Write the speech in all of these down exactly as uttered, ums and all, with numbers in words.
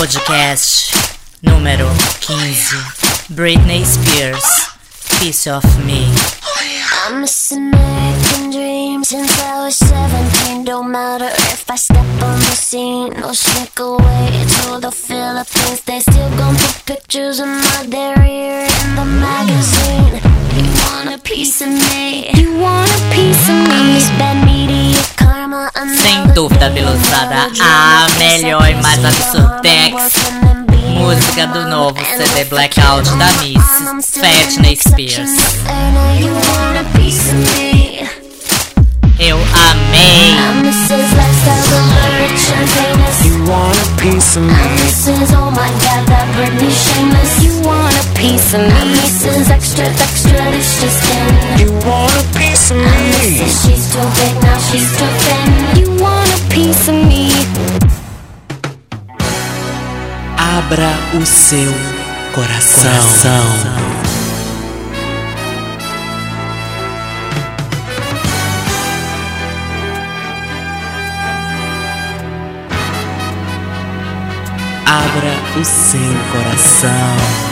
Podcast número quinze. Britney Spears, Piece of Me. I'm missing American dreams since I was seventeen. Don't matter if I step on the scene or sneak away to the Philippines. They still gon' put pictures of my derriere in the magazine. You want a piece of me? You want a piece of me? I'm this bad media karma. Sem dúvida, Biluzada, a melhor e mais absurdex música do novo C D Blackout da Miss Britney Spears. Eu amei. You want a piece of me? Oh my God, that Britney shameless. You want a piece of me? This is extra, extra delicious. You want a piece of me? She's too big, now she's too thin. You want a piece of me? Abra o seu coração. coração. Abra o seu coração.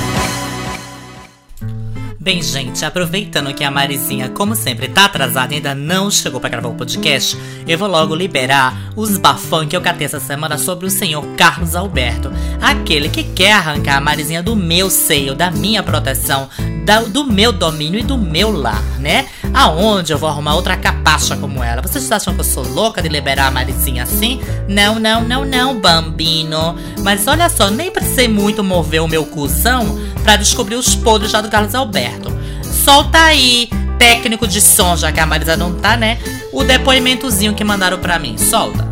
Bem, gente, aproveitando que a Marizinha, como sempre, tá atrasada e ainda não chegou pra gravar o podcast, eu vou logo liberar os bafão que eu catei essa semana sobre o senhor Carlos Alberto. Aquele que quer arrancar a Marizinha do meu seio, da minha proteção, da, do meu domínio e do meu lar, né? Aonde eu vou arrumar outra capacha como ela? Vocês acham que eu sou louca de liberar a Marizinha assim? Não, não, não, não, bambino. Mas olha só, nem precisei muito mover o meu cuzão pra descobrir os podres já do Carlos Alberto. Solta aí, técnico de som, já que a Marisa não tá, né? O depoimentozinho que mandaram pra mim. Solta.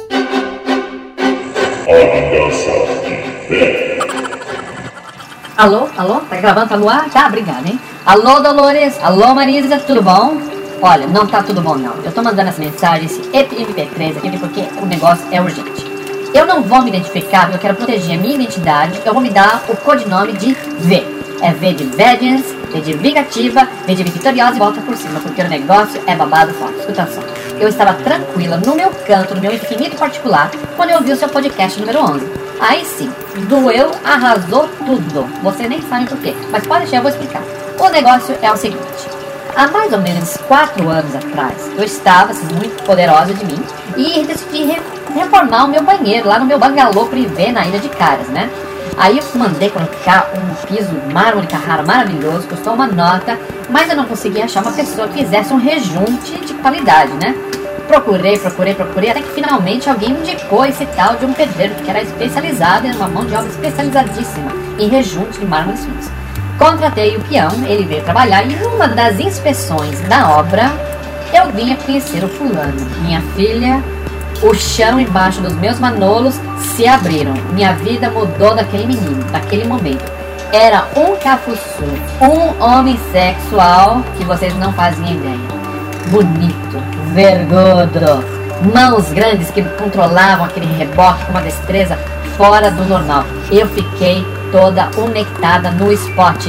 Alô, alô? Tá gravando? Tá no ar? Tá, obrigada, hein? Alô, Dolores? Alô, Marisa? Tudo bom? Olha, não tá tudo bom, não. Eu tô mandando essa mensagem, esse M P três aqui, porque o negócio é urgente. Eu não vou me identificar, porque eu quero proteger a minha identidade. Eu vou me dar o codinome de V. É V de Vengeance, V de Vingativa, V de Vitoriosa e volta por cima, porque o negócio é babado forte. Escuta só. Eu estava tranquila no meu canto, no meu infinito particular, quando eu ouvi o seu podcast número onze. Aí sim, doeu, arrasou tudo. Vocês nem sabem por quê, mas pode deixar, eu vou explicar. O negócio é o seguinte. Há mais ou menos quatro anos atrás, eu estava assim, muito poderosa de mim e decidi re reformar o meu banheiro lá no meu bangalô privê na Ilha de Caras, né? Aí eu mandei colocar um piso mármore Carrara maravilhoso, custou uma nota, mas eu não consegui achar uma pessoa que fizesse um rejunte de qualidade, né? Procurei, procurei, procurei, até que finalmente alguém me indicou esse tal de um pedreiro que era especializado em uma mão de obra especializadíssima em rejunte de mármores finos. Contratei o peão, ele veio trabalhar e numa das inspeções da obra eu vinha conhecer o fulano. Minha filha, o chão embaixo dos meus manolos se abriram. Minha vida mudou daquele menino, daquele momento. Era um cafuçu, um homem sexual que vocês não faziam ideia. Bonito, vergudo, mãos grandes que controlavam aquele reboque com uma destreza fora do normal. Eu fiquei toda umectada no spot.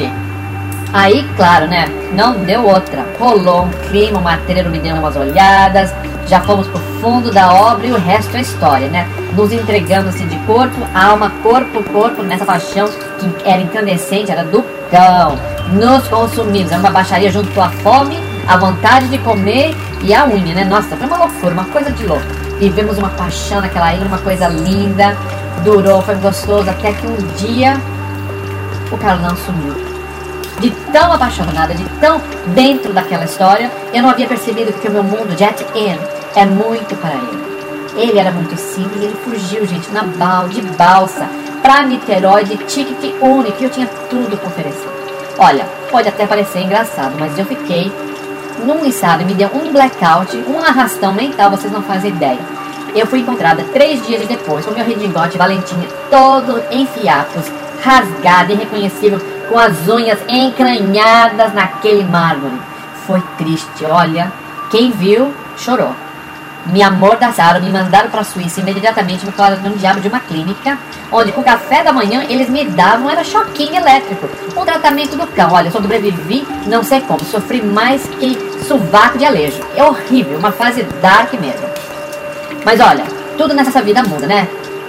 Aí, claro, né, não deu outra. Rolou um clima, o matreiro me deu umas olhadas, já fomos pro fundo da obra e o resto é história, né? Nos entregamos assim de corpo, alma, corpo, corpo, nessa paixão que era incandescente, era do cão. Nos consumimos, era uma baixaria junto com a fome, a vontade de comer e a unha, né? Nossa, foi uma loucura, uma coisa de louco. Vivemos uma paixão naquela ilha, uma coisa linda, durou, foi gostoso, até que um dia o Carlão sumiu. De tão apaixonada, de tão dentro daquela história, eu não havia percebido que o meu mundo, Jet In, é muito para ele. Ele era muito simples, ele fugiu, gente, na bal, de balsa, pra Niterói, de ticket único, e eu tinha tudo para oferecer. Olha, pode até parecer engraçado, mas eu fiquei num estado, me deu um blackout, um arrastão mental, vocês não fazem ideia. Eu fui encontrada três dias depois, com meu redingote Valentina todo em fiapos, rasgado, irreconhecível, com as unhas encranhadas naquele mármore. Foi triste, olha. Quem viu, chorou. Me amordaçaram, me mandaram para a Suíça imediatamente, me colocaram num diabo de uma clínica, onde com o café da manhã eles me davam, era choquinho elétrico. Um tratamento do cão, olha, eu sobrevivi, não sei como, sofri mais que sovaco de alejo. É horrível, uma fase dark mesmo. Mas olha, tudo nessa vida muda, né?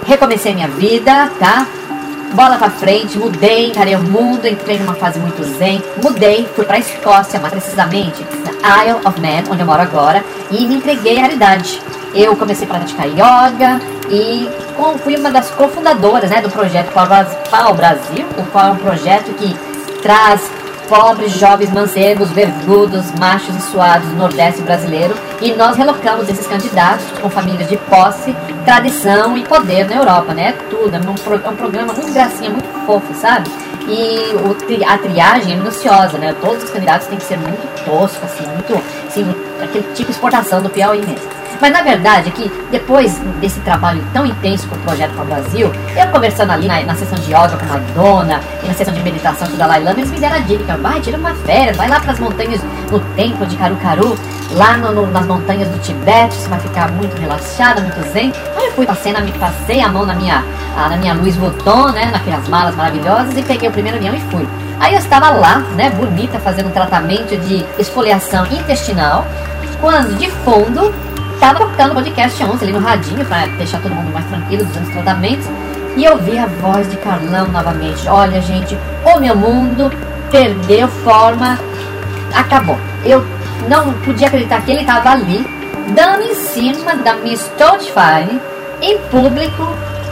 recomecei minha vida, tá? Bola pra frente, mudei, encarei o mundo, entrei numa fase muito zen, mudei, fui pra Escócia, mais precisamente na Isle of Man, onde eu moro agora, e me entreguei à realidade. Eu comecei a praticar yoga e fui uma das cofundadoras, né, do projeto Pau Brasil, o qual é um projeto que traz pobres, jovens, mancebos, vergudos, machos e suados do Nordeste brasileiro, e nós relocamos esses candidatos com famílias de posse, tradição e poder na Europa, né? Tudo, é um, pro, é um programa muito gracinha, muito fofo, sabe? E o, a triagem é minuciosa, né? Todos os candidatos têm que ser muito toscos, assim, muito, assim, aquele tipo de exportação do Piauí mesmo. Mas na verdade é que depois desse trabalho tão intenso com o Projeto para o Brasil, eu conversando ali na, na sessão de yoga com a dona e na sessão de meditação com o Dalai Lama, eles me deram a dica: vai, tira uma férias, vai lá para as montanhas, no templo de Karukaru, lá no, no, nas montanhas do Tibete, você vai ficar muito relaxada, muito zen. Aí eu fui, passei, na, passei a mão na minha, a, na minha Louis Vuitton, né, naquelas malas maravilhosas, e peguei o primeiro avião e fui. Aí eu estava lá, né, bonita, fazendo um tratamento de esfoliação intestinal, quando de fundo tava tocando o podcast onze ali no radinho, pra deixar todo mundo mais tranquilo dos tratamentos, e eu vi a voz de Carlão novamente. Olha, gente, o meu mundo perdeu forma, acabou. Eu não podia acreditar que ele estava ali, dando em cima da Miss Toadfire, em público,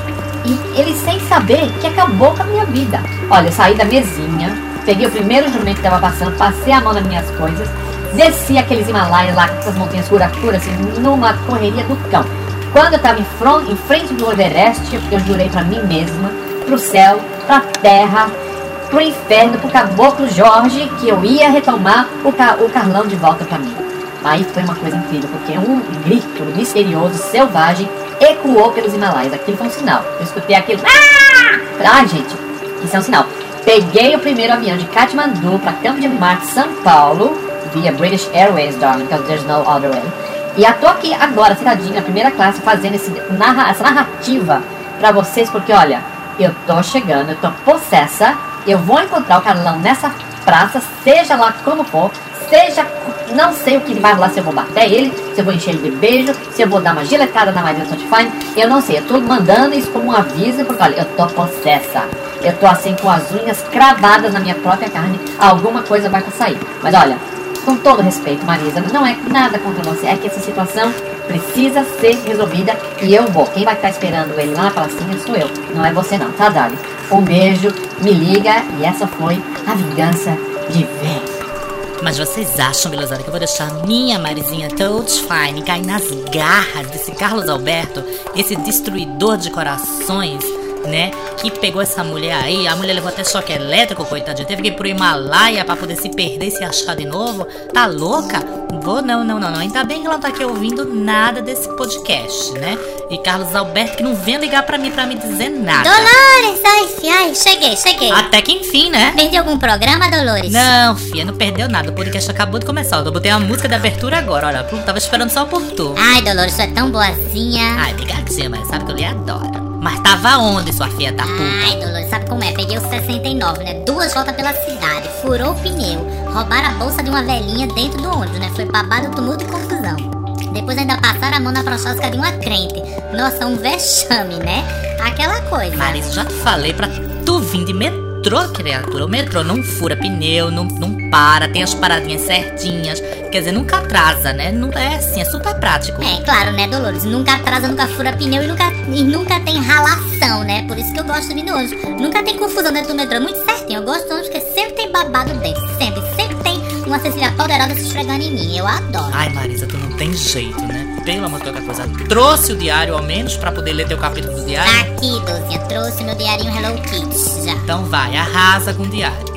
e ele sem saber que acabou com a minha vida. Olha, eu saí da mesinha, peguei o primeiro jumento que estava passando, passei a mão nas minhas coisas, desci aqueles Himalaias lá, aquelas montanhas Kurakura, assim, numa correria do cão. Quando eu estava em, front, em frente do Everest, porque eu jurei pra mim mesma, pro céu, pra terra, pro inferno, pro caboclo Jorge, que eu ia retomar o, ca, o Carlão de volta pra mim. Aí foi uma coisa incrível, porque um grito misterioso, selvagem, ecoou pelos Himalaias. Aquilo foi um sinal. Eu escutei aquele... Ah! Ai, gente, isso é um sinal. Peguei o primeiro avião de Katmandu pra Campo de Marte, São Paulo, via British Airways, darling, because there's no other way. E eu tô aqui agora, sentadinha na primeira classe, fazendo esse, narra, essa narrativa pra vocês, porque olha, eu tô chegando, eu tô possessa, eu vou encontrar o Carlão nessa praça, seja lá como for, seja, não sei o que vai rolar, se eu vou bater ele, se eu vou encher ele de beijo, se eu vou dar uma giletada na Maria Toadfire, eu não sei, eu tô mandando isso como um aviso, porque olha, eu tô possessa, eu tô assim com as unhas cravadas na minha própria carne, alguma coisa vai sair, mas olha, com todo respeito, Marisa, não é nada contra você, é que essa situação precisa ser resolvida e eu vou. Quem vai estar esperando ele lá na pracinha sou eu, não é você não, tá, Dali? Um beijo, me liga, e essa foi a vingança de vez. Mas vocês acham, belezada, que eu vou deixar minha Marizinha Toadfire cair nas garras desse Carlos Alberto, esse destruidor de corações, né, que pegou essa mulher aí? A mulher levou até choque elétrico, coitadinha, teve que ir pro Himalaia pra poder se perder e se achar de novo. Tá louca? Vou, não, não, não, não. Ainda bem que ela não tá aqui ouvindo nada desse podcast, né? E Carlos Alberto que não vem ligar pra mim pra me dizer nada. Dolores, ai, fia, ai, cheguei, cheguei. Até que enfim, né? Perdeu algum programa, Dolores? Não, fia, não perdeu nada. O podcast acabou de começar. Eu botei a música de abertura agora, olha. Eu tava esperando só por tu. Ai, Dolores, tu é tão boazinha. Ai, obrigadinha, mas sabe que eu lhe adoro. Mas tava onde, sua filha da puta? Ai, Dolores, sabe como é? Peguei o sessenta e nove, né? Duas voltas pela cidade, furou o pneu, roubaram a bolsa de uma velhinha dentro do ônibus, né? Foi babado, tumulto e confusão. Depois ainda passaram a mão na prochasca de uma crente. Nossa, um vexame, né? Aquela coisa. Marisa, já te falei pra tu vir de metrô, criatura. O metrô não fura pneu, não, não para, tem as paradinhas certinhas. Quer dizer, nunca atrasa, né? Não, é assim, é super prático. É, claro, né, Dolores? Nunca atrasa, nunca fura pneu e nunca, e nunca tem ralação, né? Por isso que eu gosto de vir no ônibus. Nunca tem confusão dentro do metrô, muito certinho. Eu gosto do ônibus porque sempre tem babado dentro. Sempre, sempre tem uma Cecília poderosa se esfregando em mim. Eu adoro. Ai, Marisa, tu não tem jeito, né? Pelo amor de qualquer coisa. Trouxe o diário, ao menos, pra poder ler teu capítulo do diário? Tá aqui, Dozinha. Trouxe meu diarinho Hello Kitty já. Então vai, arrasa com o diário.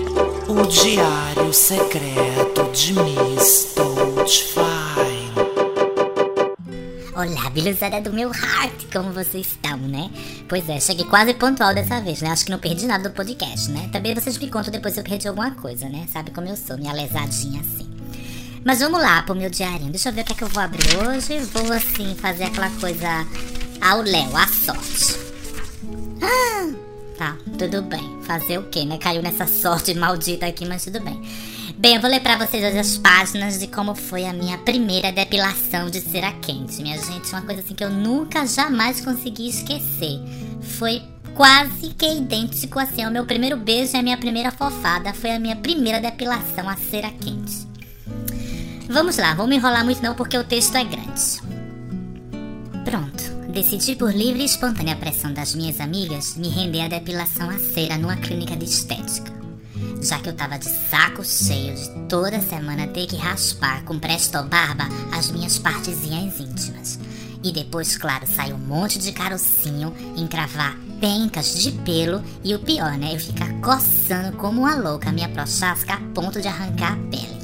O diário secreto de Miss Toadfire. Olá, belezada do meu heart, como vocês estão, né? Pois é, cheguei quase pontual dessa vez, né? Acho que não perdi nada do podcast, né? Também vocês me contam depois se eu perdi alguma coisa, né? Sabe como eu sou, minha lesadinha assim. Mas vamos lá pro meu diarinho. Deixa eu ver o que é que eu vou abrir hoje. Vou, assim, fazer aquela coisa ao léu, à sorte. Ah! Tá, tudo bem. Fazer o quê, né? Caiu nessa sorte maldita aqui, mas tudo bem. Bem, eu vou ler pra vocês hoje as páginas de como foi a minha primeira depilação de cera quente. Minha gente, uma coisa assim que eu nunca, jamais consegui esquecer. Foi quase que idêntico assim ao meu primeiro beijo e a minha primeira fofada. Foi a minha primeira depilação a cera quente. Vamos lá, vou me enrolar muito não porque o texto é grande. Pronto. Decidi por livre e espontânea pressão das minhas amigas me render à depilação a cera numa clínica de estética. Já que eu tava de saco cheio de toda semana ter que raspar com presto barba as minhas partezinhas íntimas. E depois, claro, sai um monte de carocinho, encravar pencas de pelo e o pior, né, eu ficar coçando como uma louca a minha prochasca a ponto de arrancar a pele.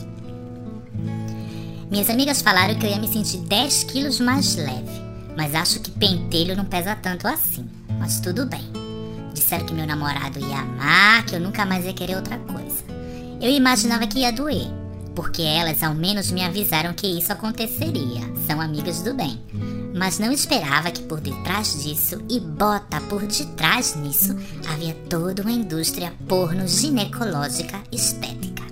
Minhas amigas falaram que eu ia me sentir dez quilos mais leve, mas acho que pentelho não pesa tanto assim, mas tudo bem. Disseram que meu namorado ia amar, que eu nunca mais ia querer outra coisa. Eu imaginava que ia doer, porque elas ao menos me avisaram que isso aconteceria, são amigas do bem. Mas não esperava que por detrás disso, e bota por detrás nisso, havia toda uma indústria porno-ginecológica estética.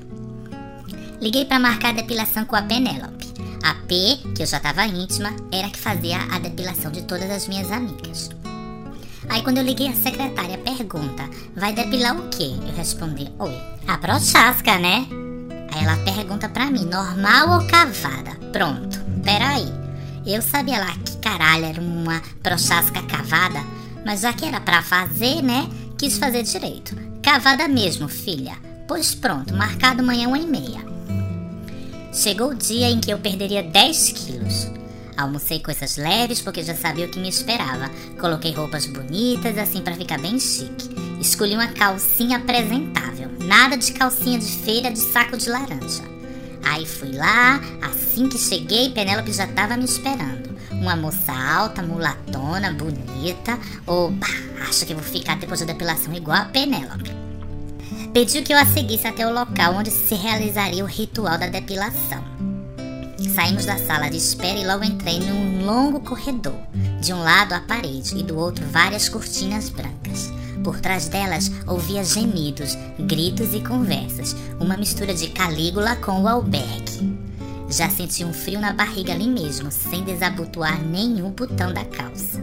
Liguei para marcar a depilação com a Penélope. A P, que eu já estava íntima, era que fazia a depilação de todas as minhas amigas. Aí quando eu liguei, a secretária pergunta: vai depilar o quê? Eu respondi: oi, a prochasca, né? Aí ela pergunta pra mim: normal ou cavada? Pronto, peraí. Eu sabia lá que caralho era uma prochasca cavada, mas já que era pra fazer, né, quis fazer direito. Cavada mesmo, filha. Pois pronto, marcado amanhã uma e meia. Chegou o dia em que eu perderia dez quilos. Almocei coisas leves porque já sabia o que me esperava. Coloquei roupas bonitas assim pra ficar bem chique. Escolhi uma calcinha apresentável. Nada de calcinha de feira de saco de laranja. Aí fui lá, assim que cheguei, Penélope já tava me esperando. Uma moça alta, mulatona, bonita. Opa, acho que vou ficar depois da depilação igual a Penélope. Pediu que eu a seguisse até o local onde se realizaria o ritual da depilação. Saímos da sala de espera e logo entrei num longo corredor. De um lado a parede e do outro várias cortinas brancas. Por trás delas ouvia gemidos, gritos e conversas. Uma mistura de Calígula com o albergue. Já senti um frio na barriga ali mesmo, sem desabotoar nenhum botão da calça.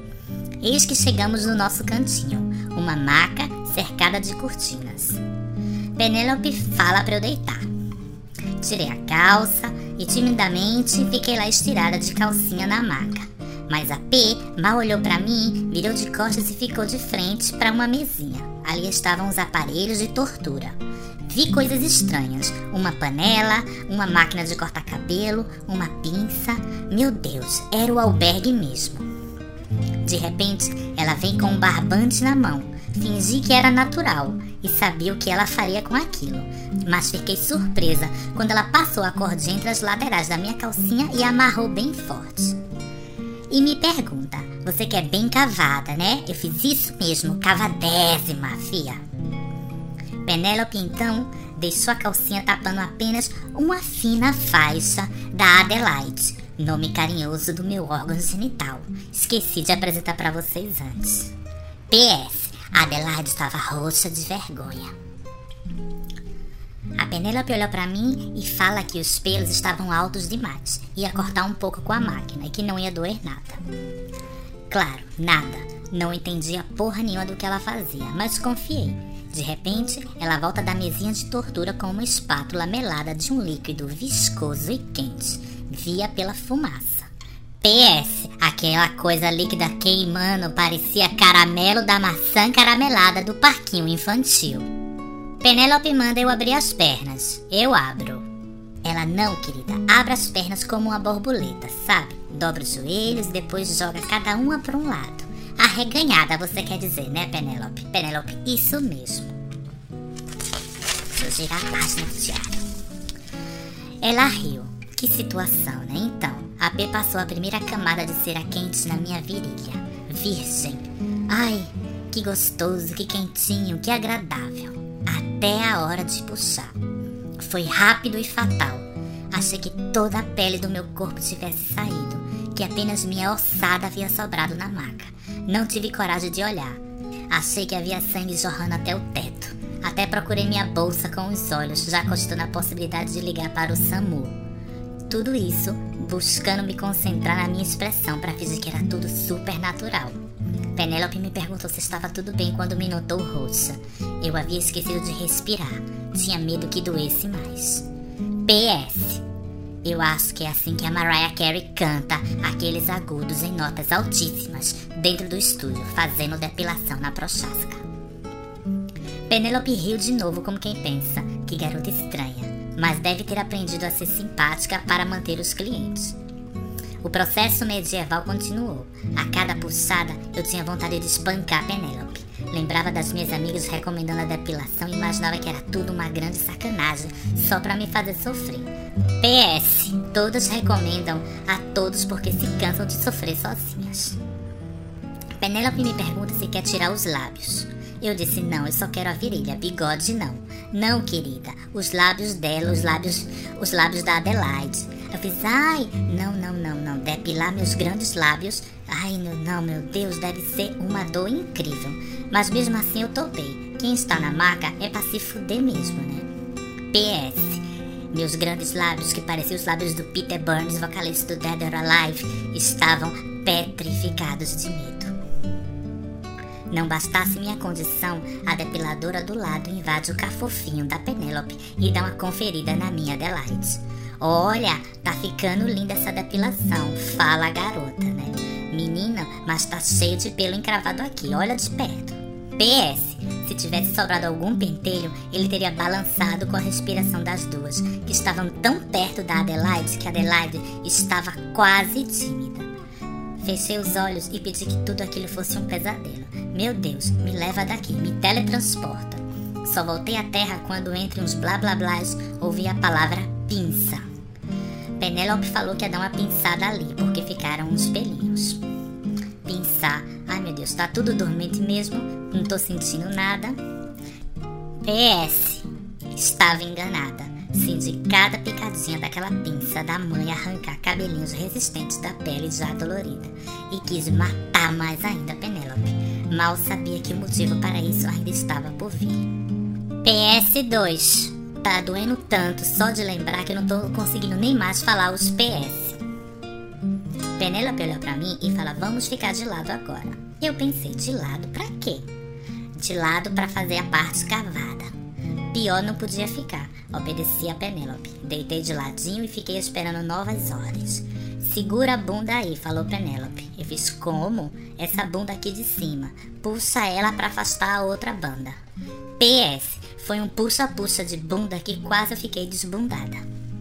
Eis que chegamos no nosso cantinho. Uma maca cercada de cortinas. Penélope fala para eu deitar. Tirei a calça e timidamente fiquei lá estirada de calcinha na maca. Mas a P mal olhou pra mim, virou de costas e ficou de frente para uma mesinha. Ali estavam os aparelhos de tortura. Vi coisas estranhas. Uma panela, uma máquina de cortar cabelo, uma pinça. Meu Deus, era o albergue mesmo. De repente, ela vem com um barbante na mão. Fingi que era natural e sabia o que ela faria com aquilo. Mas fiquei surpresa quando ela passou a cordinha entre as laterais da minha calcinha e amarrou bem forte. E me pergunta: você quer bem cavada, né? Eu fiz isso mesmo, cavadésima, fia. Penélope então deixou a calcinha tapando apenas uma fina faixa da Adelaide, nome carinhoso do meu órgão genital. Esqueci de apresentar pra vocês antes. P S. A Adelaide estava roxa de vergonha. A Penélope olhou pra mim e fala que os pelos estavam altos demais. Ia cortar um pouco com a máquina e que não ia doer nada. Claro, nada. Não entendia porra nenhuma do que ela fazia, mas confiei. De repente, ela volta da mesinha de tortura com uma espátula melada de um líquido viscoso e quente. Via pela fumaça. P S. Aquela coisa líquida queimando parecia caramelo da maçã caramelada do parquinho infantil. Penélope manda eu abrir as pernas. Eu abro. Ela: não, querida, abra as pernas como uma borboleta, sabe? Dobra os joelhos e depois joga cada uma para um lado. Arreganhada, você quer dizer, né, Penélope? Penélope, isso mesmo. Deixa eu girar a página do diário. Ela riu. Que situação, né? Então, a P passou a primeira camada de cera quente na minha virilha. Virgem. Ai, que gostoso, que quentinho, que agradável. Até a hora de puxar. Foi rápido e fatal. Achei que toda a pele do meu corpo tivesse saído, que apenas minha ossada havia sobrado na maca. Não tive coragem de olhar. Achei que havia sangue jorrando até o teto. Até procurei minha bolsa com os olhos, já cogitando a possibilidade de ligar para o SAMU. Tudo isso buscando me concentrar na minha expressão para fingir que era tudo super natural. Penélope me perguntou se estava tudo bem quando me notou roxa. Eu havia esquecido de respirar. Tinha medo que doesse mais. P S. Eu acho que é assim que a Mariah Carey canta aqueles agudos em notas altíssimas dentro do estúdio, fazendo depilação na prochasca. Penélope riu de novo como quem pensa, que garota estranha, mas deve ter aprendido a ser simpática para manter os clientes. O processo medieval continuou. A cada puxada, eu tinha vontade de espancar Penélope. Lembrava das minhas amigas recomendando a depilação e imaginava que era tudo uma grande sacanagem, só para me fazer sofrer. P S. Todas recomendam a todos porque se cansam de sofrer sozinhas. Penélope me pergunta se quer tirar os lábios. Eu disse não, eu só quero a virilha, bigode não. Não, querida, os lábios dela, os lábios, os lábios da Adelaide. Eu fiz, ai, não, não, não, não, depilar meus grandes lábios, ai, não, não, meu Deus, deve ser uma dor incrível. Mas mesmo assim eu topei, quem está na maca é pra se fuder mesmo, né? P S. Meus grandes lábios, que pareciam os lábios do Peter Burns, vocalista do Dead or Alive, estavam petrificados de medo. Não bastasse minha condição, a depiladora do lado invade o cafofinho da Penélope e dá uma conferida na minha Adelaide. Olha, tá ficando linda essa depilação, fala a garota, né? Menina, mas tá cheio de pelo encravado aqui, olha de perto. P S. Se tivesse sobrado algum pentelho, ele teria balançado com a respiração das duas, que estavam tão perto da Adelaide que a Adelaide estava quase tímida. Fechei os olhos e pedi que tudo aquilo fosse um pesadelo. Meu Deus, me leva daqui, me teletransporta. Só voltei à terra quando, entre uns blá blá blás, ouvi a palavra pinça. Penélope falou que ia dar uma pinçada ali, porque ficaram uns pelinhos. Pinçar. Ai meu Deus, tá tudo dormente mesmo, não tô sentindo nada. P S. Estava enganada. Senti cada picadinha daquela pinça da mãe arrancar cabelinhos resistentes da pele já dolorida. E quis matar mais ainda Penélope. Mal sabia que o motivo para isso ainda estava por vir. P S dois. Tá doendo tanto só de lembrar que eu não tô conseguindo nem mais falar os P S. Penélope olhou pra mim e fala, vamos ficar de lado agora. Eu pensei, de lado pra quê? De lado pra fazer a parte cavada. Pior não podia ficar. Obedeci a Penélope. Deitei de ladinho e fiquei esperando novas ordens. Segura a bunda aí, falou Penélope. Eu fiz, como? Essa bunda aqui de cima. Puxa ela pra afastar a outra banda. P S. Foi um puxa-puxa de bunda que quase eu fiquei desbundada.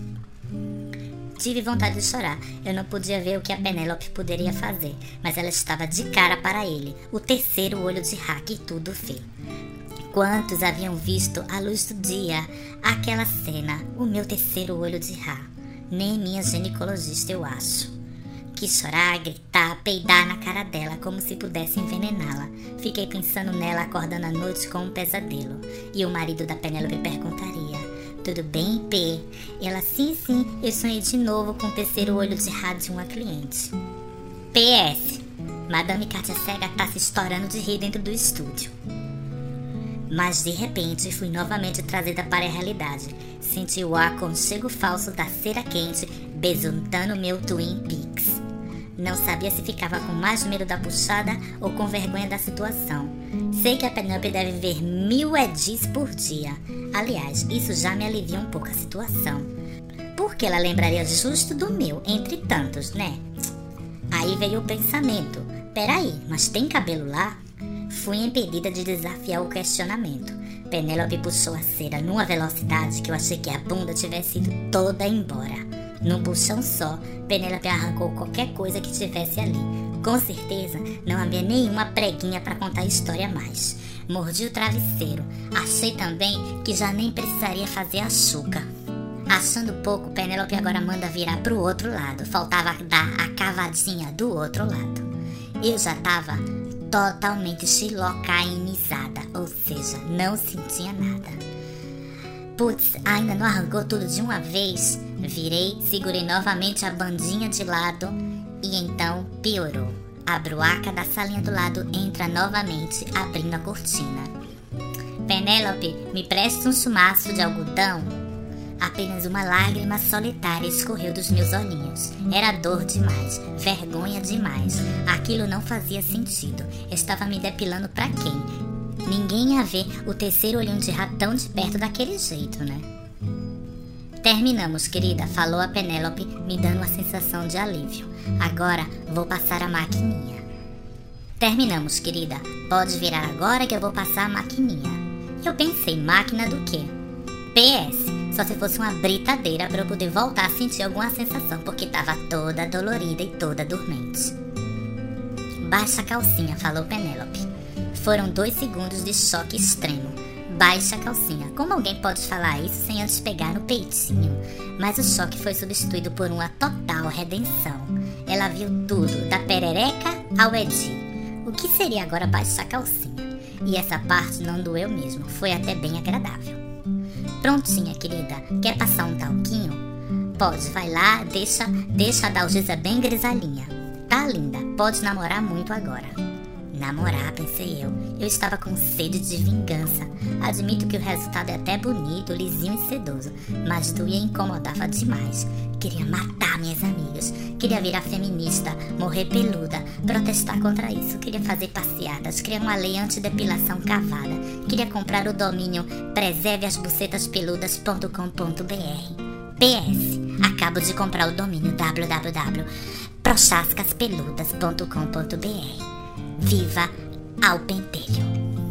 Tive vontade de chorar. Eu não podia ver o que a Penélope poderia fazer, mas ela estava de cara para ele, o terceiro olho de Hack e tudo feio. Quantos haviam visto à luz do dia aquela cena, o meu terceiro olho de Ra? Nem minha ginecologista, eu acho. Quis chorar, gritar, peidar na cara dela como se pudesse envenená-la. Fiquei pensando nela acordando à noite com um pesadelo. E o marido da Penélope perguntaria, tudo bem, P? E ela, sim, sim, eu sonhei de novo com o terceiro olho de Ra de uma cliente. P S. Madame Kátia Cega tá se estourando de rir dentro do estúdio. Mas de repente fui novamente trazida para a realidade. Senti o aconchego falso da cera quente besuntando meu Twin Peaks. Não sabia se ficava com mais medo da puxada ou com vergonha da situação. Sei que a Penélope deve ver mil edis por dia. Aliás, isso já me alivia um pouco a situação. Porque ela lembraria justo do meu, entre tantos, né? Aí veio o pensamento. Peraí, mas tem cabelo lá? Fui impedida de desafiar o questionamento. Penélope puxou a cera numa velocidade que eu achei que a bunda tivesse ido toda embora. Num puxão só, Penélope arrancou qualquer coisa que tivesse ali. Com certeza, não havia nenhuma preguinha para contar a história mais. Mordi o travesseiro. Achei também que já nem precisaria fazer a chuca. Achando pouco, Penélope agora manda virar pro outro lado. Faltava dar a cavadinha do outro lado. Eu já tava totalmente xilocainizada, ou seja, não sentia nada. Putz, ainda não arrancou tudo de uma vez? Virei, segurei novamente a bandinha de lado e então piorou. A bruaca da salinha do lado entra novamente, abrindo a cortina. Penélope, me presta um chumaço de algodão? Apenas uma lágrima solitária escorreu dos meus olhinhos. Era dor demais, vergonha demais. Aquilo não fazia sentido. Estava me depilando pra quem? Ninguém ia ver o terceiro olhinho de ratão de perto daquele jeito, né? Terminamos, querida, falou a Penélope, me dando uma sensação de alívio. Agora vou passar a maquininha. Terminamos, querida. Pode virar agora que eu vou passar a maquininha. Eu pensei, máquina do quê? P S. Só se fosse uma britadeira para eu poder voltar a sentir alguma sensação, porque estava toda dolorida e toda dormente. Baixa a calcinha, falou Penélope. Foram dois segundos de choque extremo. Baixa a calcinha. Como alguém pode falar isso sem antes pegar no peitinho? Mas o choque foi substituído por uma total redenção. Ela viu tudo, da perereca ao Edi. O que seria agora baixar a calcinha? E essa parte não doeu mesmo, foi até bem agradável. Prontinha, querida. Quer passar um talquinho? Pode, vai lá, deixa, deixa a Dalgisa bem grisalhinha. Tá linda, pode namorar muito agora. Namorar, pensei eu. Eu estava com sede de vingança. Admito que o resultado é até bonito, lisinho e sedoso, mas doía e incomodava demais. Queria matar minhas amigas. Queria virar feminista, morrer peluda, protestar contra isso. Queria fazer passeadas, criar uma lei antidepilação cavada. Queria comprar o domínio preserve as bucetas peludas ponto com ponto b r. P S. Acabo de comprar o domínio w w w ponto prochascas peludas ponto com ponto b r. Viva ao pentelho.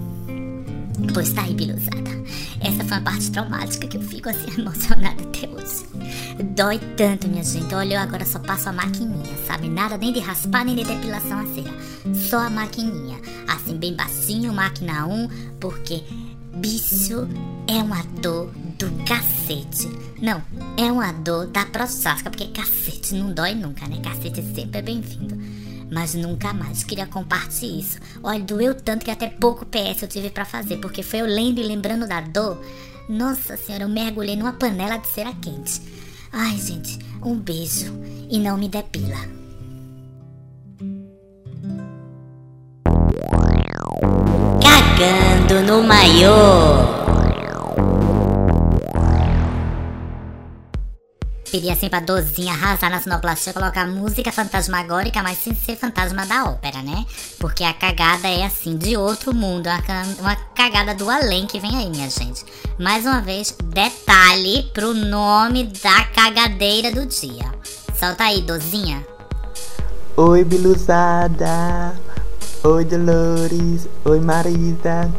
Pois tá aí, biluzada. Essa foi uma parte traumática que eu fico assim emocionada até hoje. Dói tanto, minha gente. Olha, eu agora só passo a maquininha, sabe? Nada nem de raspar, nem de depilação a cera. Só a maquininha. Assim, bem baixinho, máquina um, porque bicho é uma dor do cacete. Não, é uma dor da prostática, porque cacete não dói nunca, né? Cacete sempre é bem-vindo. Mas nunca mais, queria compartilhar isso. Olha, doeu tanto que até pouco P S eu tive pra fazer, porque foi eu lendo e lembrando da dor. Nossa senhora, eu mergulhei numa panela de cera quente. Ai, gente, um beijo e não me depila. Cagando no maiô. Pedi assim pra Dozinha arrasar na sonoplastia, colocar música fantasmagórica, mas sem ser fantasma da ópera, né? Porque a cagada é assim, de outro mundo, uma, uma cagada do além que vem aí, minha gente. Mais uma vez, detalhe pro nome da cagadeira do dia. Solta aí, Dozinha. Oi, biluzada. Oi, Dolores. Oi, Marisa.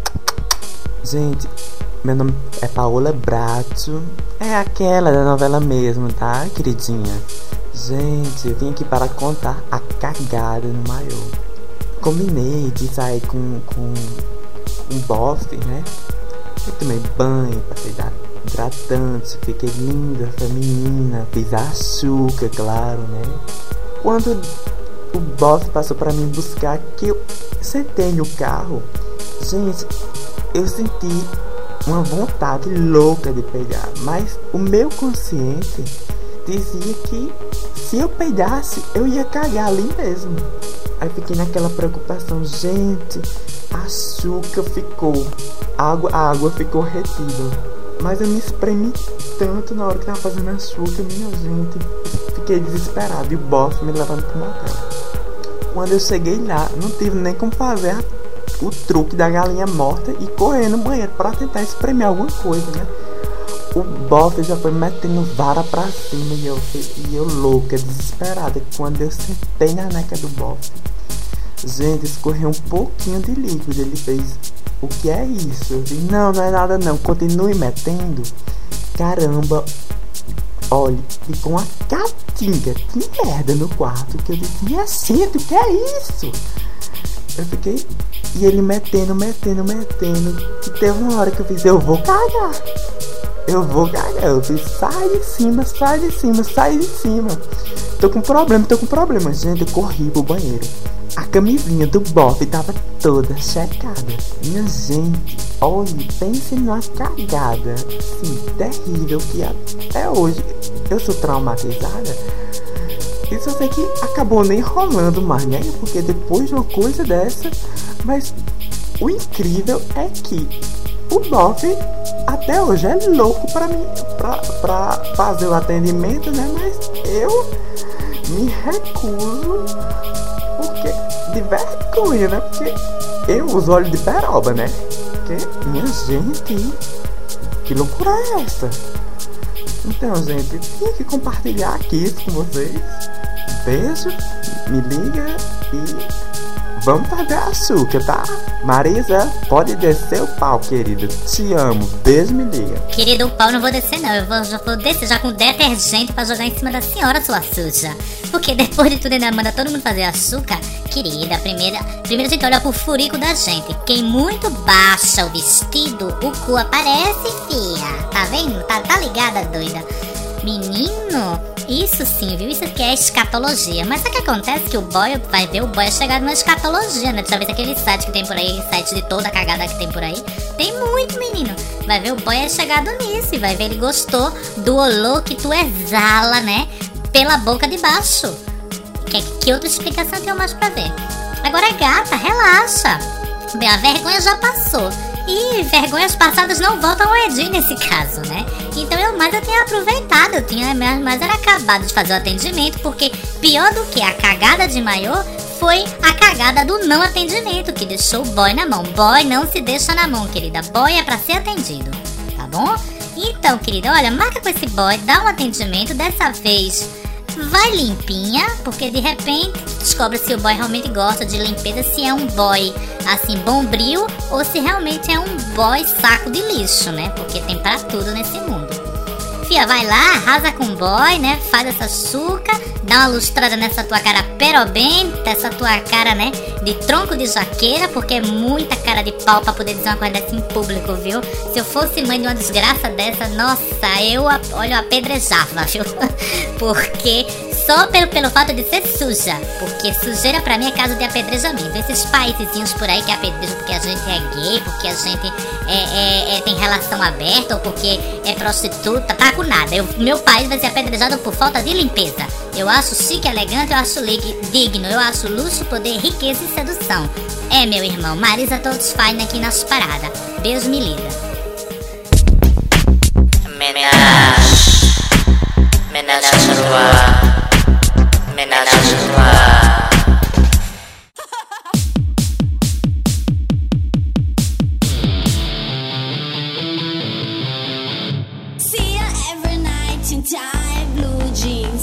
Gente, meu nome é Paola Bracho. É aquela da novela mesmo, tá, queridinha? Gente, eu vim aqui para contar a cagada no maiô. Combinei de sair com, com um bofe, né? Eu tomei banho, passei hidratante, fiquei linda, feminina, fiz açúcar, claro, né? Quando o bofe passou para mim buscar, que eu sentei no carro, gente, eu senti uma vontade louca de peidar, mas o meu consciente dizia que se eu peidasse, eu ia cagar ali mesmo. Aí fiquei naquela preocupação, gente, açúcar ficou, água, a água ficou retida, mas eu me espremi tanto na hora que tava fazendo açúcar, minha gente, fiquei desesperado e o bofe me levando pro motel. Quando eu cheguei lá, não tive nem como fazer a o truque da galinha morta e correr no banheiro para tentar espremer alguma coisa, né? O bofe já foi metendo vara pra cima e eu, e eu louca, desesperada. Quando eu sentei na neca do bofe, gente, escorreu um pouquinho de líquido. Ele fez, o que é isso? Eu disse, não, não é nada não, continue metendo. Caramba, olha, ficou uma catinga de merda no quarto, que eu disse, minha gente, o que é isso? Eu fiquei, e ele metendo, metendo, metendo. E teve uma hora que eu fiz, eu vou cagar. Eu vou cagar. Eu fiz, sai de cima, sai de cima, sai de cima. Tô com problema, tô com problema. Gente, eu corri pro banheiro. A camisinha do bofe tava toda checada. Minha gente, olhe, pense numa cagada, sim, terrível, que até hoje eu sou traumatizada. Isso eu sei que acabou nem rolando mais, né? Porque depois de uma coisa dessa... Mas o incrível é que o Bob até hoje é louco pra mim, pra, pra fazer o atendimento, né? Mas eu me recuso, porque de vergonha, né? Porque eu uso óleo de peroba, né? Porque, minha gente, que loucura é essa? Então, gente, tinha que compartilhar aqui isso com vocês. Beijo, me liga e vamos fazer açúcar, tá? Marisa, pode descer o pau, querida. Te amo. Beijo, me liga. Querido, o pau não vou descer, não. Eu vou, já vou descer já com detergente pra jogar em cima da senhora, sua suja. Porque depois de tudo ainda manda todo mundo fazer açúcar. Querida, primeira, primeiro a gente olha pro furico da gente. Quem muito baixa o vestido, o cu aparece, fia. Tá vendo? Tá, tá ligada, doida? Menino, isso sim, viu? Isso aqui é escatologia. Mas sabe o que acontece? Que o boy vai ver o boy é chegado na escatologia, né? Deixa eu ver se aquele site que tem por aí, aquele site de toda a cagada que tem por aí. Tem muito, menino. Vai ver o boy é chegado nisso e vai ver ele gostou do olor que tu exala, né? Pela boca de baixo. Que, que outra explicação tem mais pra ver? Agora, gata, relaxa. Bem, a vergonha já passou. E vergonhas passadas não voltam ao Edi nesse caso, né? Então eu mais eu tenho aproveitado, eu tinha mais era acabado de fazer o atendimento, porque pior do que a cagada de maiô foi a cagada do não atendimento, que deixou o boy na mão. Boy não se deixa na mão, querida. Boy é pra ser atendido, tá bom? Então, querida, olha, marca com esse boy, dá um atendimento, dessa vez vai limpinha, porque de repente descobre se o boy realmente gosta de limpeza, se é um boy assim bombril ou se realmente é um boy saco de lixo, né? Porque tem pra tudo nesse mundo. Fia, vai lá, arrasa com o boy, né? Faz essa açúcar, dá uma lustrada nessa tua cara perobenta, essa tua cara, né? De tronco de jaqueira, porque é muita cara de pau pra poder dizer uma coisa dessa em público, viu? Se eu fosse mãe de uma desgraça dessa, nossa, eu, olha, eu apedrejava, viu? Porque só pelo, pelo fato de ser suja, porque sujeira pra mim é caso de apedrejamento. Esses paizinhos por aí que apedrejam porque a gente é gay, porque a gente é, é, é, tem relação aberta ou porque é prostituta, tá com nada. Eu, meu país vai ser apedrejado por falta de limpeza. Eu acho chique, elegante, eu acho digno, eu acho luxo, poder, riqueza e sedução. É, meu irmão, Marisa todos fine aqui nas paradas. Beijo, me liga. Menage, menage à trois, menage à trois. See ya every night in tight blue jeans,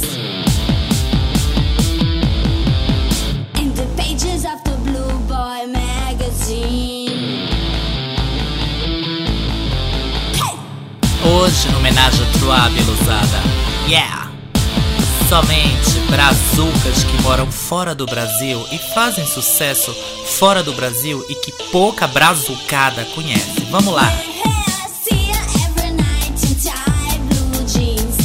in the pages of the Blue Boy magazine. Hoje no Menage à Trois, beluzada. Yeah! Somente brazucas que moram fora do Brasil e fazem sucesso fora do Brasil e que pouca brazucada conhece. Vamos lá! See ya every night in tight blue jeans,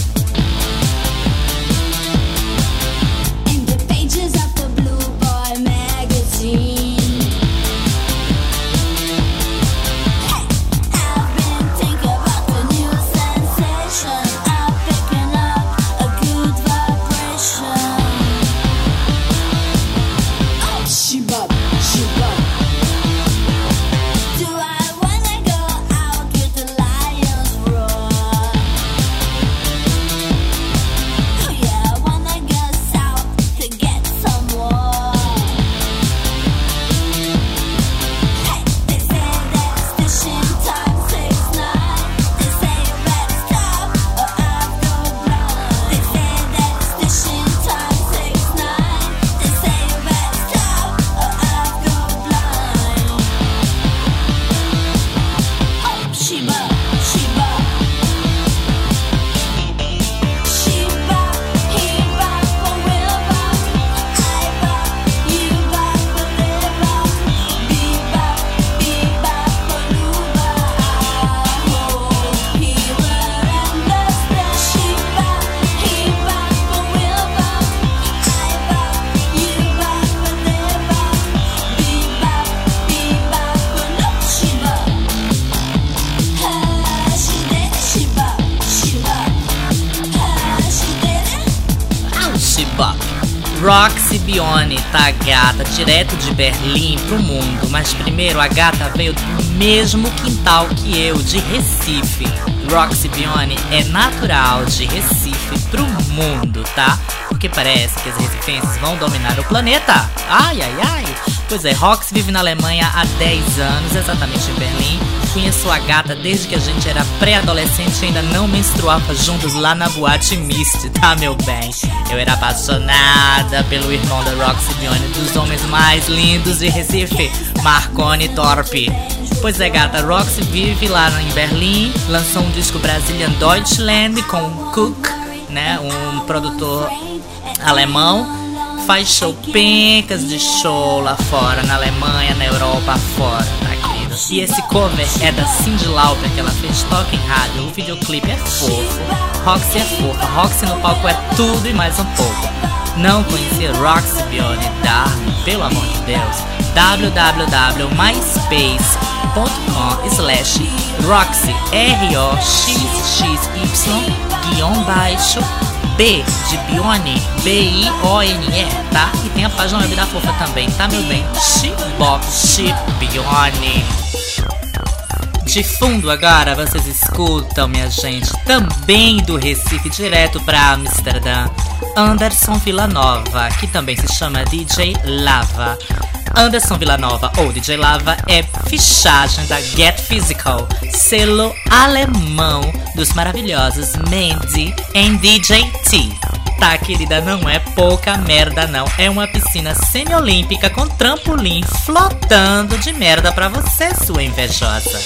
in the pages of the Blue Boy magazine. Hey, I've been thinking about the new sensation. I'm picking up a good vibration. Oh, she bop, she bop. Do I wanna go out with the lions roar? Oh yeah, I wanna go south to get some more. Hey, they say that it's fishing time, six nine. They say you better stop or I'll go blind. They say that it's fishing time, six nine. They say you better stop or I'll go blind. Oh, Sheba, Sheba. Sheba, he bop, but will bop. I bop, you bop, but they bop. Be bop, be bop, but you bop. I hope he will understand. Sheba, he bop, but will bop. I bop, you bop, but they bop. Be bop, be bop, but no Sheba. Ah, she did it, she bop, she bop. Ah, she did it. She bop. Rock Roxy Bione, tá, gata? Direto de Berlim pro mundo. Mas primeiro, a gata veio do mesmo quintal que eu, de Recife. Roxy Bione é natural de Recife pro mundo, tá? Porque parece que os recifenses vão dominar o planeta. Ai, ai, ai. Pois é, Roxy vive na Alemanha há dez anos, exatamente em Berlim. Conheço a gata desde que a gente era pré-adolescente e ainda não menstruava juntos lá na boate Mist, tá, meu bem? Eu era apaixonada pelo irmão da Roxy Bione, dos homens mais lindos de Recife, Marconi Torpe. Pois é, gata, Roxy vive lá em Berlim, lançou um disco Brazilian Deutschland com Cook, né, um produtor alemão. Faz show, pencas de show lá fora, na Alemanha, na Europa, fora, tá, querido? E esse cover é da Cyndi Lauper, que ela fez, toca em rádio. O videoclipe é fofo, Roxy é fofa, Roxy no palco é tudo e mais um pouco. Não conhecia Roxy Bione, Darling, pelo amor de Deus? w w w ponto myspace ponto com slash Roxy, R O X X Y, guião baixo, B de Bione, B I O N E, tá? E tem a página web da fofa também, tá, meu bem? Chibop, Chip Bione. De fundo agora vocês escutam, minha gente, também do Recife, direto pra Amsterdã, Anderson Villanova, que também se chama D J Lava. Anderson Villanova, ou D J Lava, é fichagem da Get Physical, selo alemão dos maravilhosos Mandy and D J T. Tá, querida, não é pouca merda não, é uma piscina semiolímpica com trampolim flotando de merda pra você, sua invejosa.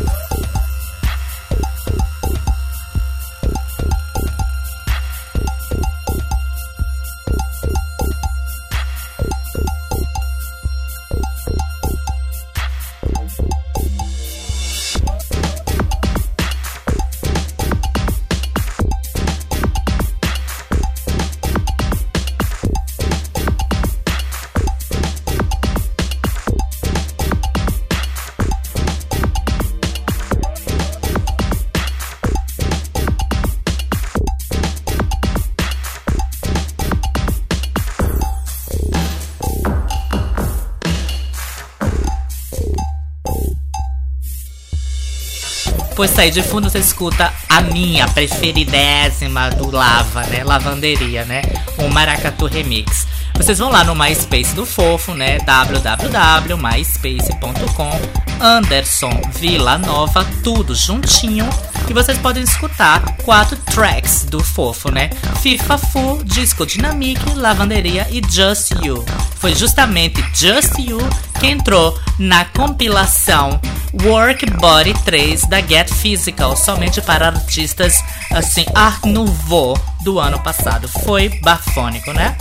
Pois aí, de fundo você escuta a minha preferidésima do Lava, né? Lavanderia, né? Um Maracatu Remix. Vocês vão lá no MySpace do Fofo, né? w w w ponto myspace ponto com, Anderson Villanova, tudo juntinho. E vocês podem escutar quatro tracks do Fofo, né? FIFA Full, Disco Dynamique, Lavanderia e Just You. Foi justamente Just You que entrou na compilação Work Body três da Get Physical, somente para artistas assim, Art Nouveau do ano passado. Foi bafônico, né?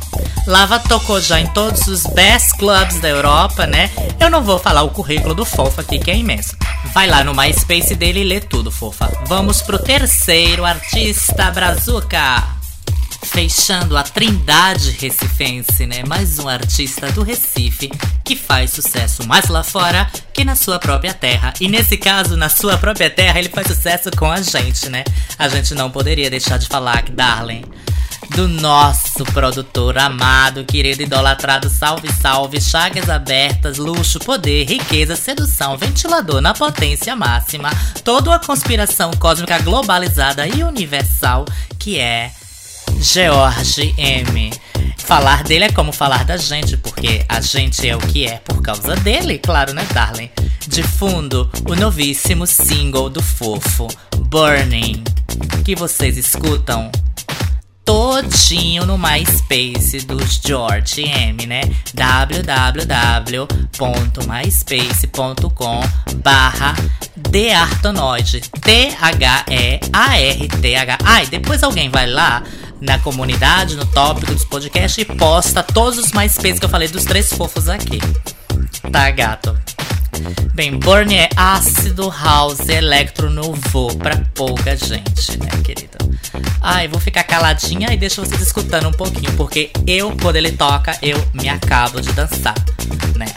Lava tocou já em todos os best clubs da Europa, né? Eu não vou falar o currículo do Fofa aqui, que é imenso. Vai lá no MySpace dele e lê tudo, fofa. Vamos pro terceiro artista, Brazuca. Fechando a trindade recifense, né? Mais um artista do Recife que faz sucesso mais lá fora que na sua própria terra. E nesse caso, na sua própria terra, ele faz sucesso com a gente, né? A gente não poderia deixar de falar, darling, do nosso produtor amado, querido, idolatrado, salve, salve, chagas abertas, luxo, poder, riqueza, sedução, ventilador na potência máxima, toda uma conspiração cósmica globalizada e universal, que é George M. Falar dele é como falar da gente, porque a gente é o que é por causa dele, claro, né, darling? De fundo, o novíssimo single do Fofo, Burning, que vocês escutam todinho no MySpace dos George M, né? w w w ponto myspace ponto com barra Deartonoide, T H E A R T H. Ai, depois alguém vai lá na comunidade, no tópico dos podcasts e posta todos os MySpace que eu falei dos três fofos aqui. Tá, gato? Bem, Burn é ácido house electro nouveau pra pouca gente, né, querida? Ai, vou ficar caladinha e deixo vocês escutando um pouquinho, porque eu, quando ele toca, eu me acabo de dançar, né?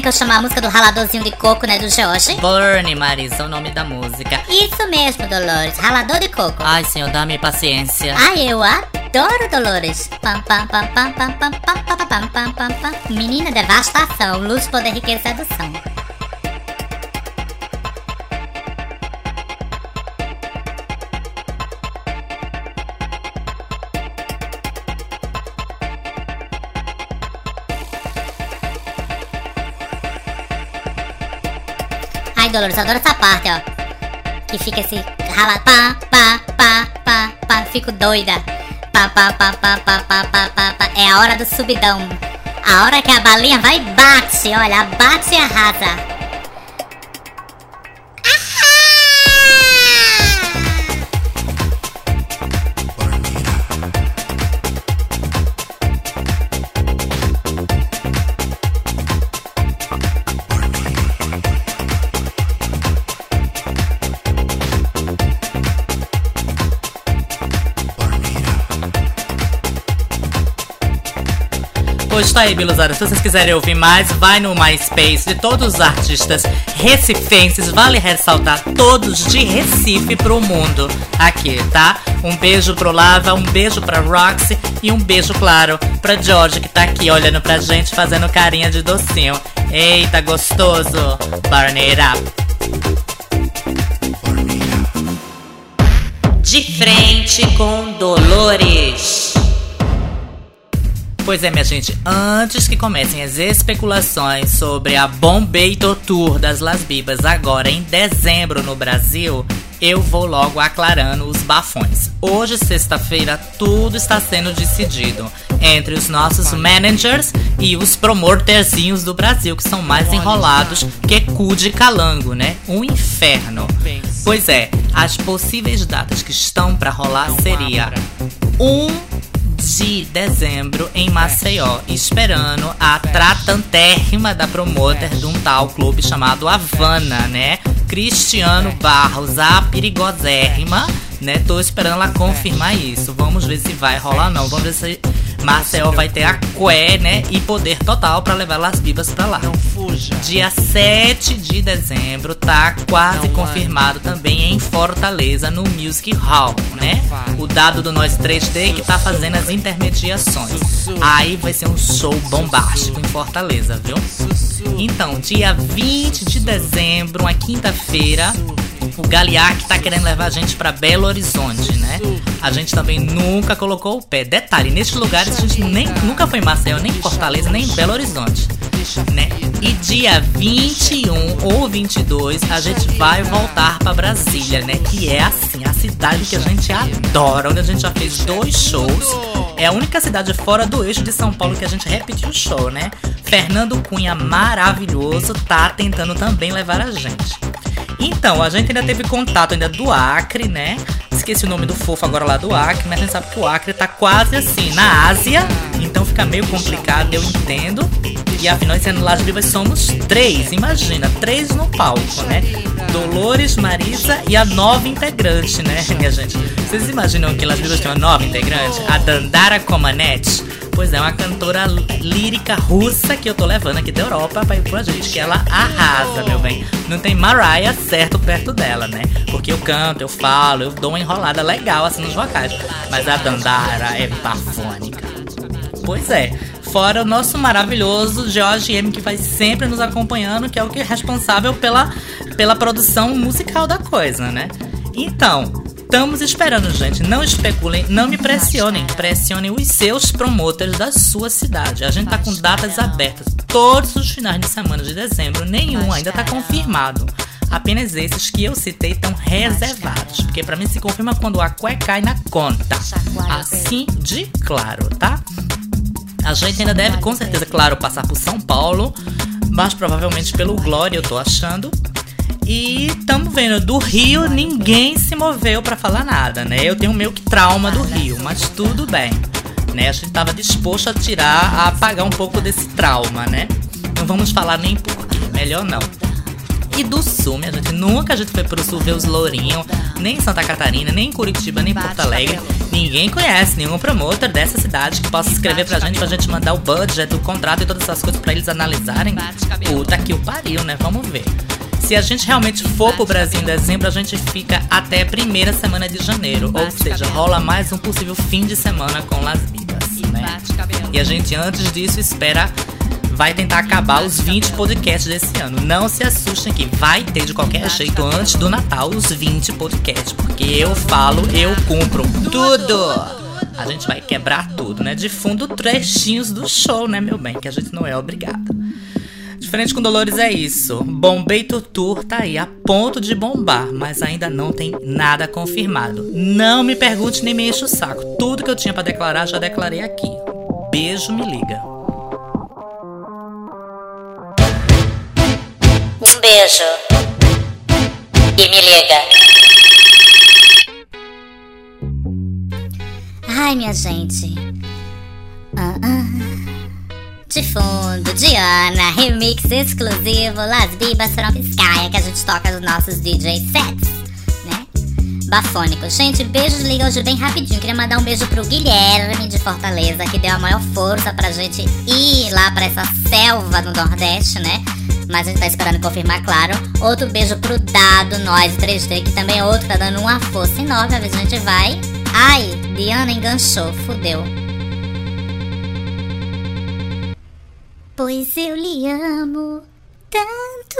que eu chamo a música do raladorzinho de coco, né, do Jorge? Burn, Marisa, é o nome da música. Isso mesmo, Dolores, ralador de coco. Ai, senhor, dá-me paciência. Ai, eu adoro, Dolores. Pam, pam, pam, pam, pam, pam, pam, pam, pam, pam, pam, pam. Menina, devastação, luz, poder, riqueza e sedução. Ai, Dolores, eu adoro essa parte, ó. Que fica esse rala, pá, pá, pá, pá, pá. Fico doida. Pá, pá, pá, pá, pá, pá, pá, pá, pá. É a hora do subidão. A hora que a balinha vai e bate, olha, bate e arrasa. Pois tá aí, Biluzada, se vocês quiserem ouvir mais, vai no MySpace de todos os artistas recifenses. Vale ressaltar, todos de Recife pro mundo aqui, tá? Um beijo pro Lava, um beijo pra Roxy e um beijo, claro, pra George, que tá aqui olhando pra gente, fazendo carinha de docinho. Eita, gostoso! Burn it up! De frente com Dolores. Pois é, minha gente, antes que comecem as especulações sobre a Bombeito Tour das Las Bibas agora em dezembro no Brasil, eu vou logo aclarando os bafões. Hoje, sexta-feira, tudo está sendo decidido entre os nossos managers e os promoterzinhos do Brasil, que são mais enrolados que cu de calango, né? Um inferno. Pois é, as possíveis datas que estão para rolar seria um de dezembro em Maceió, esperando a tratantérrima da promoter de um tal clube chamado Havana, né? Cristiano Barros, a perigosérrima, né? Tô esperando ela confirmar isso. Vamos ver se vai rolar ou não. Vamos ver se Maceió vai ter a cué, né? E poder total pra levar Las Bibas pra lá. Dia sete de dezembro tá quase confirmado também em Fortaleza, no Music Hall, né? O dado do Nós três D que tá fazendo as intermediações. Aí vai ser um show bombástico em Fortaleza, viu? Então, dia vinte de dezembro, uma quinta-feira, o Galiac tá querendo levar a gente pra Belo Horizonte, né? A gente também nunca colocou o pé. Detalhe, nesses lugares a gente nem, nunca foi em Maceió, nem em Fortaleza, nem em Belo Horizonte, né? E dia vinte e um ou vinte e dois a gente vai voltar pra Brasília, né? Que é assim, a cidade que a gente adora, onde a gente já fez dois shows. É a única cidade fora do eixo de São Paulo que a gente repetiu o show, né? Fernando Cunha, maravilhoso, tá tentando também levar a gente. Então, a gente ainda teve contato ainda do Acre, né? Esqueci o nome do fofo agora lá do Acre, mas a gente sabe que o Acre tá quase assim, na Ásia. Então fica meio complicado, eu entendo. E afinal, sendo Las Bibas somos três, imagina, três no palco, né? Dolores, Marisa e a nova integrante, né, minha gente? Vocês imaginam que Las Bibas tem uma nova integrante? A Dandara Comaneci. Pois é, uma cantora lírica russa que eu tô levando aqui da Europa pra ir com a gente, que ela arrasa, meu bem. Não tem Mariah certo perto dela, né? Porque eu canto, eu falo, eu dou uma enrolada legal assim nos vocais. Mas a Dandara é bafônica. Pois é, fora o nosso maravilhoso George M, que vai sempre nos acompanhando, que é o que é responsável pela, pela produção musical da coisa, né? Então, estamos esperando, gente. Não especulem, não me pressionem. Pressionem os seus promoters da sua cidade. A gente tá com datas abertas todos os finais de semana de dezembro. Nenhum ainda tá confirmado. Apenas esses que eu citei estão reservados. Porque pra mim se confirma quando a cué cai na conta. Assim de claro, tá? A gente ainda deve, com certeza, claro, passar por São Paulo. Mas provavelmente pelo Glória, eu tô achando. E estamos vendo, do Rio ninguém se moveu pra falar nada, né? Eu tenho meio que trauma do Rio, mas tudo bem, né? A gente tava disposto a tirar, a apagar um pouco desse trauma, né? Não vamos falar nem porquê, melhor não. E do Sul, minha gente, nunca a gente foi pro Sul ver os lourinhos, nem em Santa Catarina, nem em Curitiba, nem em Porto Alegre. Ninguém conhece nenhum promotor dessa cidade que possa escrever pra gente, pra gente mandar o budget, o contrato e todas essas coisas pra eles analisarem. Puta que o pariu, né? Vamos ver. Se a gente realmente for pro Brasil em dezembro, a gente fica até a primeira semana de janeiro. Ou seja, rola mais um possível fim de semana com Las Vidas, né? E a gente, antes disso, espera... vai tentar acabar os vinte podcasts desse ano. Não se assustem que vai ter de qualquer jeito antes do Natal os vinte podcasts. Porque eu falo, eu cumpro tudo. A gente vai quebrar tudo, né? De fundo, trechinhos do show, né, meu bem? Que a gente não é obrigado. Diferente com Dolores é isso. Bombay Tour tá aí, a ponto de bombar, mas ainda não tem nada confirmado. Não me pergunte nem me enche o saco. Tudo que eu tinha pra declarar, já declarei aqui. Beijo, me liga. Um beijo e me liga. Ai, minha gente. Ah, ah. De fundo, Diana, remix exclusivo, Las Bibas Tropiscaia, que a gente toca nos nossos D J sets, né? Bafônico. Gente, beijos, liga hoje bem rapidinho. Queria mandar um beijo pro Guilherme de Fortaleza, que deu a maior força pra gente ir lá pra essa selva no Nordeste, né? Mas a gente tá esperando confirmar, claro. Outro beijo pro Dado, nós três D, que também é outro que tá dando uma força enorme. A vez a gente vai. Ai, Diana enganchou, fudeu. Pois eu lhe amo tanto.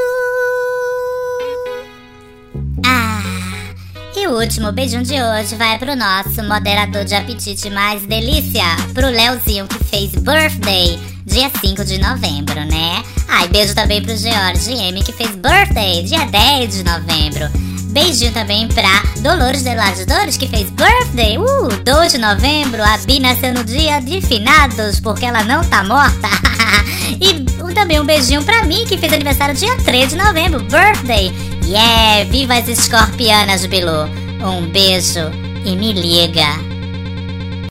Ah, e o último beijinho de hoje vai pro nosso moderador de apetite mais delícia, pro Leozinho, que fez birthday dia cinco de novembro, né? Ah, e beijo também pro George M, que fez birthday dia dez de novembro. Beijinho também pra Dolores Deladores, que fez birthday, uh, dois de novembro. A Bi nasceu no dia de finados, porque ela não tá morta. E também um beijinho pra mim, que fez aniversário dia três de novembro, birthday. Yeah, viva as escorpianas, Bilu. Um beijo e me liga.